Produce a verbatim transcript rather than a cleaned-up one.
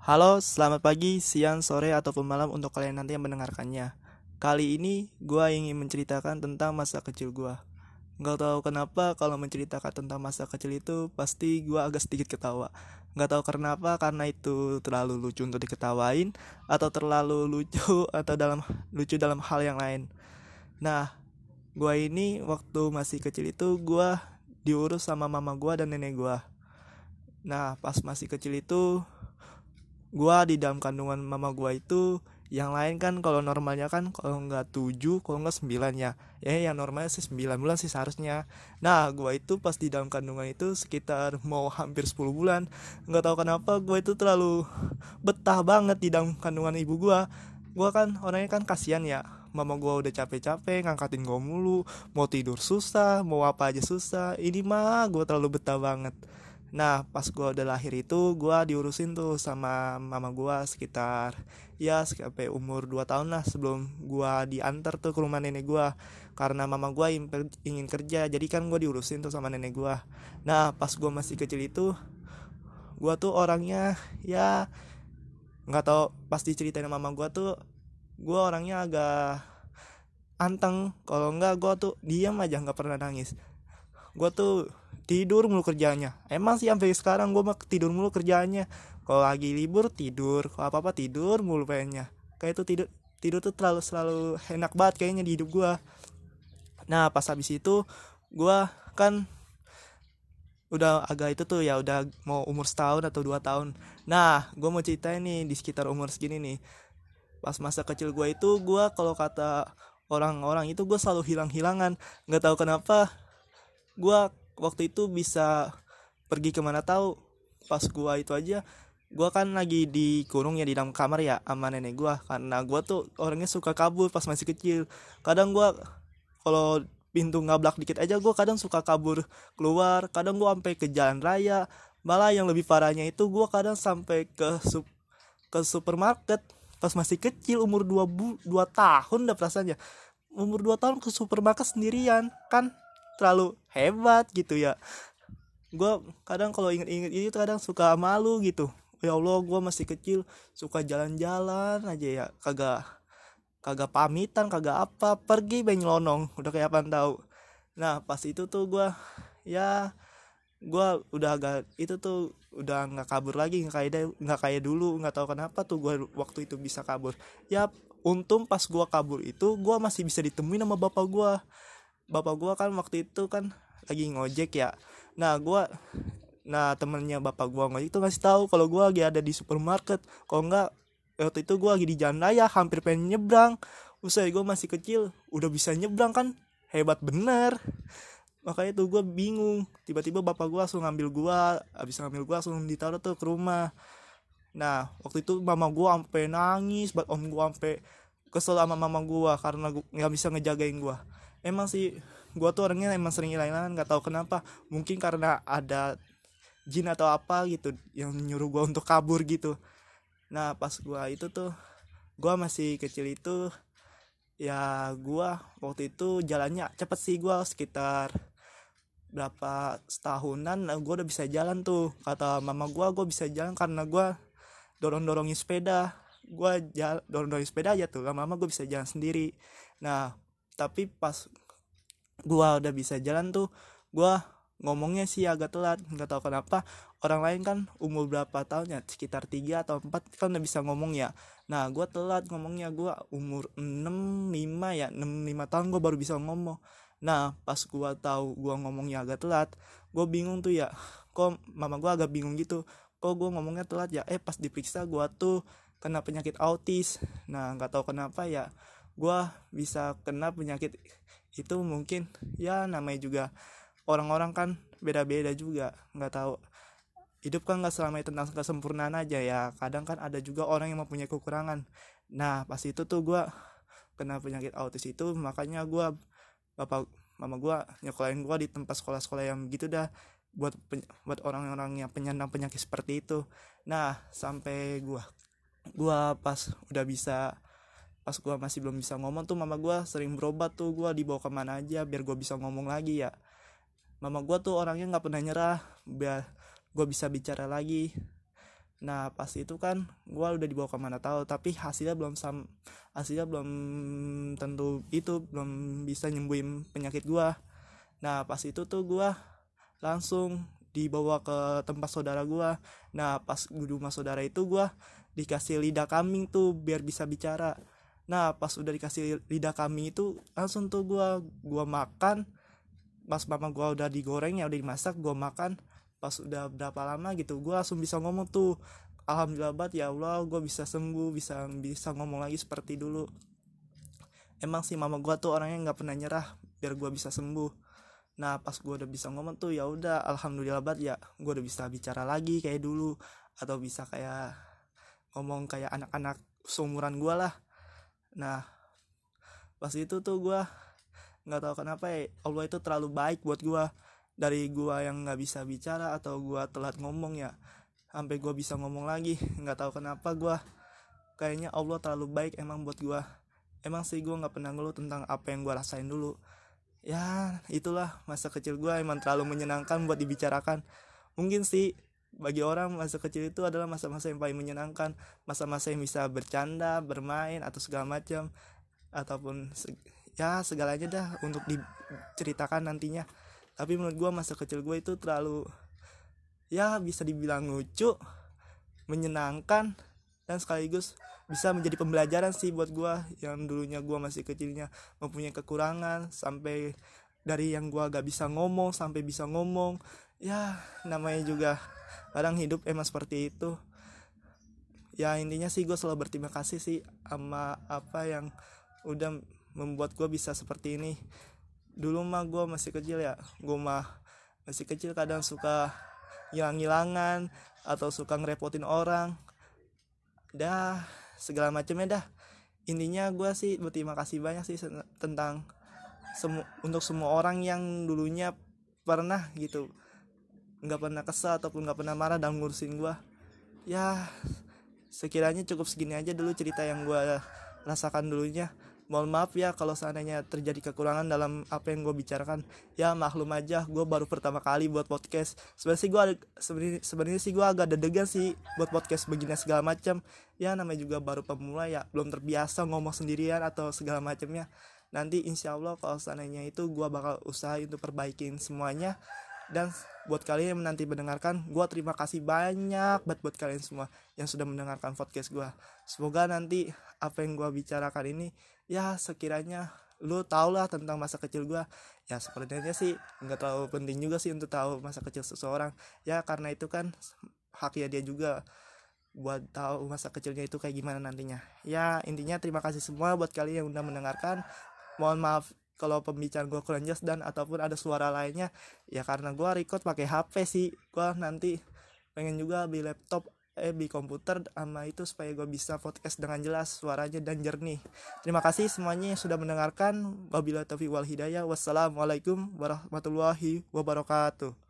Halo, selamat pagi, siang, sore, ataupun malam untuk kalian nanti yang mendengarkannya. Kali ini gue ingin menceritakan tentang masa kecil gue. Gak tahu kenapa kalau menceritakan tentang masa kecil itu pasti gue agak sedikit ketawa. Gak tahu kenapa, karena itu terlalu lucu untuk diketawain atau terlalu lucu atau dalam lucu dalam hal yang lain. Nah, gue ini waktu masih kecil itu gue diurus sama mama gue dan nenek gue. Nah, pas masih kecil itu gua di dalam kandungan mama gua itu, yang lain kan kalau normalnya kan kalau nggak tujuh kalau nggak sembilan ya. Ya yang normalnya sih sembilan bulan sih seharusnya. Nah, gua itu pas di dalam kandungan itu sekitar mau hampir sepuluh bulan. Nggak tahu kenapa gua itu terlalu betah banget di dalam kandungan ibu gua. Gua kan orangnya kan kasihan ya. Mama gua udah capek-capek ngangkatin gua mulu, mau tidur susah, mau apa aja susah. Ini mah gua terlalu betah banget. Nah, pas gua udah lahir itu, gua diurusin tuh sama mama gua sekitar ya sampai umur dua tahun lah sebelum gua diantar tuh ke rumah nenek gua. Karena mama gua ingin, ingin kerja, jadi kan gua diurusin tuh sama nenek gua. Nah, pas gua masih kecil itu, gua tuh orangnya ya nggak tahu, pas diceritain mama gua tuh gua orangnya agak anteng. Kalau enggak gua tuh diam aja nggak pernah nangis. Gue tuh tidur mulu kerjanya. Emang sih sampai sekarang gue mah tidur mulu kerjanya. Kalau lagi libur tidur, kalau apa apa tidur mulu pengennya. Kayak itu tidur tidur tuh terlalu selalu enak banget kayaknya di hidup gue. Nah, pas habis itu gue kan udah agak itu tuh ya, udah mau umur setahun atau dua tahun. Nah, gue mau ceritain nih di sekitar umur segini nih. Pas masa kecil gue itu, gue kalau kata orang-orang itu gue selalu hilang-hilangan. Nggak tahu kenapa gue waktu itu bisa pergi kemana tahu. Pas gue itu aja, gue kan lagi dikurung ya di dalam kamar ya sama nenek gue, karena gue tuh orangnya suka kabur pas masih kecil. Kadang gue kalau pintu ngablak dikit aja gue kadang suka kabur keluar. Kadang gue sampai ke jalan raya. Malah yang lebih parahnya itu gue kadang sampai ke sup, ke supermarket pas masih kecil umur dua bu, dua tahun dah perasaannya. Umur dua tahun ke supermarket sendirian kan terlalu hebat gitu ya. Gue kadang kalau inget-inget itu kadang suka malu gitu. Ya Allah, gue masih kecil suka jalan-jalan aja ya, kagak kagak pamitan, kagak apa, pergi bae nyelonong, udah kayak apaan tahu. Nah, pas itu tuh gue ya gue udah agak itu tuh udah nggak kabur lagi, nggak kayak nggak kayak dulu. Nggak tahu kenapa tuh gue waktu itu bisa kabur. Ya, untung pas gue kabur itu gue masih bisa ditemuin sama bapak gue. Bapak gue kan waktu itu kan lagi ngojek ya. Nah, gue nah temennya bapak gue ngojek itu ngasih tahu kalau gue lagi ada di supermarket. Kalau enggak, waktu itu gue lagi di jalan raya hampir pengen nyebrang. Usai gue masih kecil udah bisa nyebrang kan, hebat bener. Makanya tuh gue bingung, tiba-tiba bapak gue langsung ngambil gue. Abis ngambil gue langsung ditaruh tuh ke rumah. Nah, waktu itu mama gue sampai nangis, buat om gue sampai kesel sama mama gue karena gue nggak bisa ngejagain gue. Emang sih gue tuh orangnya emang sering hilang-hilangan, nggak tahu kenapa. Mungkin karena ada jin atau apa gitu yang nyuruh gue untuk kabur gitu. Nah, pas gue itu tuh, gue masih kecil itu ya, gue waktu itu jalannya cepet sih. Gue sekitar berapa setahunan gue udah bisa jalan tuh. Kata mama gue gue bisa jalan karena gue dorong-dorongin sepeda. Gue jalan dorong-dorongin sepeda aja tuh, lama-lama gue bisa jalan sendiri. Nah, tapi pas gue udah bisa jalan tuh, gue ngomongnya sih agak telat. Nggak tahu kenapa, orang lain kan umur berapa tahun ya, sekitar tiga atau empat kan udah bisa ngomong ya. Nah, gue telat ngomongnya. Gue umur enam lima ya, enam lima tahun gue baru bisa ngomong. Nah, pas gue tahu gue ngomongnya agak telat, gue bingung tuh ya. Kok mama gue agak bingung gitu, kok gue ngomongnya telat ya. Eh, pas diperiksa gue tuh kena penyakit autis. Nah, nggak tahu kenapa ya gue bisa kena penyakit itu. Mungkin ya namanya juga orang-orang kan beda-beda juga. Nggak tahu, hidup kan nggak selamanya tentang kesempurnaan aja ya. Kadang kan ada juga orang yang mempunyai kekurangan. Nah, pas itu tuh gue kena penyakit autis itu. Makanya gue, bapak mama gue nyekolahin gue di tempat sekolah-sekolah yang gitu dah, buat buat orang-orang yang penyandang penyakit seperti itu. Nah, sampai gue gua pas udah bisa, pas gua masih belum bisa ngomong tuh, mama gua sering berobat tuh, gua dibawa kemana aja biar gua bisa ngomong lagi ya. Mama gua tuh orangnya nggak pernah nyerah biar gua bisa bicara lagi. Nah pas itu kan gue udah dibawa kemana tahu, tapi hasilnya belum sam hasilnya belum tentu itu belum bisa nyembuhin penyakit gue. Nah pas itu tuh gue langsung dibawa ke tempat saudara gue. Nah pas di rumah saudara itu gue dikasih lidah kambing tuh biar bisa bicara. Nah pas udah dikasih lidah kambing itu langsung tuh gue gue makan. Pas mama gue udah digoreng ya udah dimasak, gue makan. Pas udah berapa lama gitu gue langsung bisa ngomong tuh. Alhamdulillah banget, ya Allah gue bisa sembuh, bisa bisa ngomong lagi seperti dulu. Emang sih mama gue tuh orangnya nggak pernah nyerah biar gue bisa sembuh. Nah pas gue udah bisa ngomong tuh ya udah alhamdulillah banget ya, gue udah bisa bicara lagi kayak dulu, atau bisa kayak ngomong kayak anak-anak seumuran gue lah. Nah pas itu tuh gue nggak tahu kenapa ya, Allah itu terlalu baik buat gue. Dari gue yang nggak bisa bicara atau gue telat ngomong ya, sampai gue bisa ngomong lagi. Nggak tahu kenapa gue kayaknya Allah terlalu baik emang buat gue. Emang sih gue nggak pernah ngeluh tentang apa yang gue rasain dulu. Ya itulah masa kecil gue emang terlalu menyenangkan buat dibicarakan. Mungkin sih bagi orang masa kecil itu adalah masa-masa yang paling menyenangkan, masa-masa yang bisa bercanda, bermain atau segala macam, ataupun se- ya segalanya dah untuk diceritakan nantinya. Tapi menurut gue masa kecil gue itu terlalu, ya bisa dibilang lucu, menyenangkan, dan sekaligus bisa menjadi pembelajaran sih buat gue yang dulunya gue masih kecilnya mempunyai kekurangan, sampai dari yang gue gak bisa ngomong sampai bisa ngomong. Ya namanya juga kadang hidup emang seperti itu. Ya intinya sih gue selalu berterima kasih sih sama apa yang udah membuat gue bisa seperti ini. Dulu mah gue masih kecil ya, gue mah masih kecil kadang suka hilang-hilangan atau suka ngerepotin orang, dah segala macamnya dah. Intinya gue sih berterima kasih banyak sih tentang semu untuk semua orang yang dulunya pernah gitu nggak pernah kesal ataupun nggak pernah marah dalam ngurusin gue. Ya sekiranya cukup segini aja dulu cerita yang gue rasakan dulunya. Mohon maaf ya kalau seandainya terjadi kekurangan dalam apa yang gue bicarakan. Ya maklum aja, gue baru pertama kali buat podcast. Sebenarnya sih gue sebenarnya sebenarnya sih gue agak deg-degan sih buat podcast begini segala macam. Ya namanya juga baru pemula ya, belum terbiasa ngomong sendirian atau segala macamnya. Nanti insya Allah kalau seandainya itu gue bakal usaha untuk perbaikin semuanya. Dan buat kalian yang nanti mendengarkan, gue terima kasih banyak buat buat kalian semua yang sudah mendengarkan podcast gue. Semoga nanti apa yang gue bicarakan ini, ya sekiranya lu tau lah tentang masa kecil gue. Ya sepertinya sih nggak terlalu penting juga sih untuk tahu masa kecil seseorang. Ya karena itu kan haknya dia juga buat tahu masa kecilnya itu kayak gimana nantinya. Ya intinya terima kasih semua buat kalian yang udah mendengarkan. Mohon maaf kalau pembicaraan gue kurang jelas dan ataupun ada suara lainnya, ya karena gue record pakai H P sih. Gue nanti pengen juga beli laptop, eh beli komputer sama itu supaya gue bisa podcast dengan jelas suaranya dan jernih. Terima kasih semuanya yang sudah mendengarkan. Wabillahi taufiq wal hidayah. Wassalamualaikum warahmatullahi wabarakatuh.